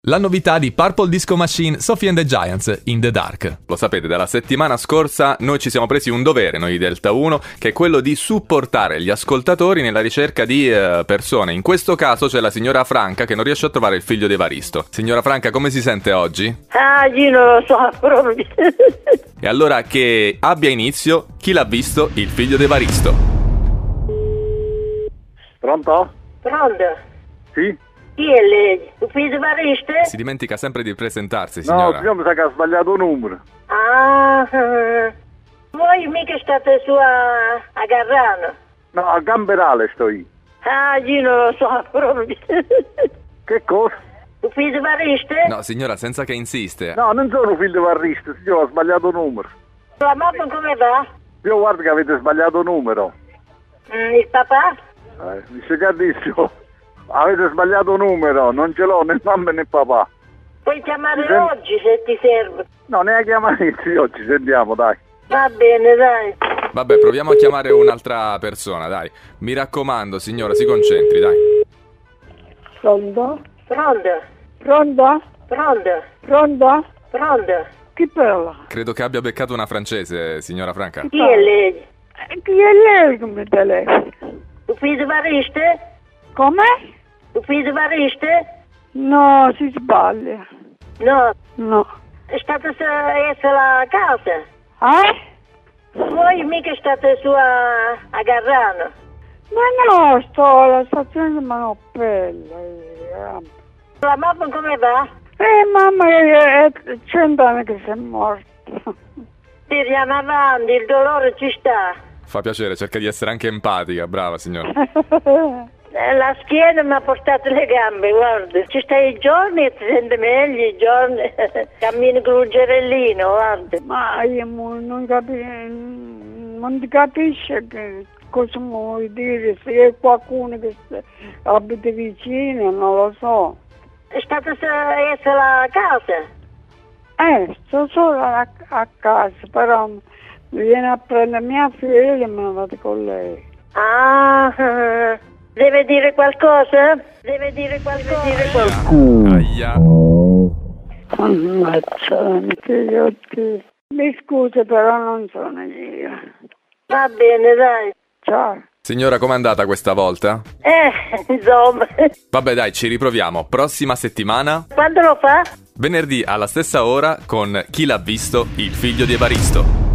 La novità di Purple Disco Machine, Sophie and the Giants, In the Dark. Lo sapete, dalla settimana scorsa noi ci siamo presi un dovere, noi di Delta 1, che è quello di supportare gli ascoltatori nella ricerca di persone. In questo caso c'è la signora Franca che non riesce a trovare il figlio di Evaristo. Signora Franca, come si sente oggi? Io non lo so proprio. E allora che abbia inizio Chi l'ha visto, il figlio di Evaristo. Pronto? Pronto? Sì? Chi è lei? Il figlio di Evaristo? Si dimentica sempre di presentarsi, No, signora. signor mi sa che ha sbagliato numero. Voi mica state su a Garrano? No, a Gamberale sto io. Io non lo so proprio. Che cosa? Il figlio di Evaristo? No, signora, senza che insiste. No, non sono figlio di Varrista, signor, ho sbagliato numero. La mamma come va? Io guardo che avete sbagliato numero. Il papà? Dice carissimo, avete sbagliato numero, non ce l'ho né mamma né papà. Puoi chiamare oggi se ti serve. No, ne ha chiamato io, ci sentiamo, dai. Va bene, dai. Vabbè, proviamo a chiamare un'altra persona, dai. Mi raccomando, signora, si concentri, dai. Pronto? Pronto? Pronto? Pronto? Pronto? Pronto? Chi parla? Credo che abbia beccato una francese, signora Franca. Chi è lei? Chi è lei che mi telefona? Il figlio di Evaristo? Come? Il figlio di Evaristo? No, si sbaglia. No, No. è stata essere a casa. Voi mica state su a Garrano. Ma no, sto alla stazione di Manoppella. La mamma come va? Mamma, è 100 anni che sei morta. Tiriamo avanti, il dolore ci sta. Fa piacere, cerca di essere anche empatica, brava signora. La schiena mi ha portato le gambe, guarda. Ci stai i giorni e ti senti meglio, i giorni. Cammini con un gerellino, guarda. Ma io non ti capisce che cosa vuoi dire, se è qualcuno che abita vicino, non lo so. È stata essere a casa? Sto solo a casa, però viene a prendere mia figlia e me ne vado con lei. Deve dire qualcosa? Deve dire qualcosa? Aia. Ammazza, che mi scusi, però non sono io. Va bene, dai. Ciao. Signora, com'è andata questa volta? Insomma. Vabbè, dai, ci riproviamo. Prossima settimana, Quando lo fa? venerdì alla stessa ora con Chi l'ha visto, il figlio di Evaristo.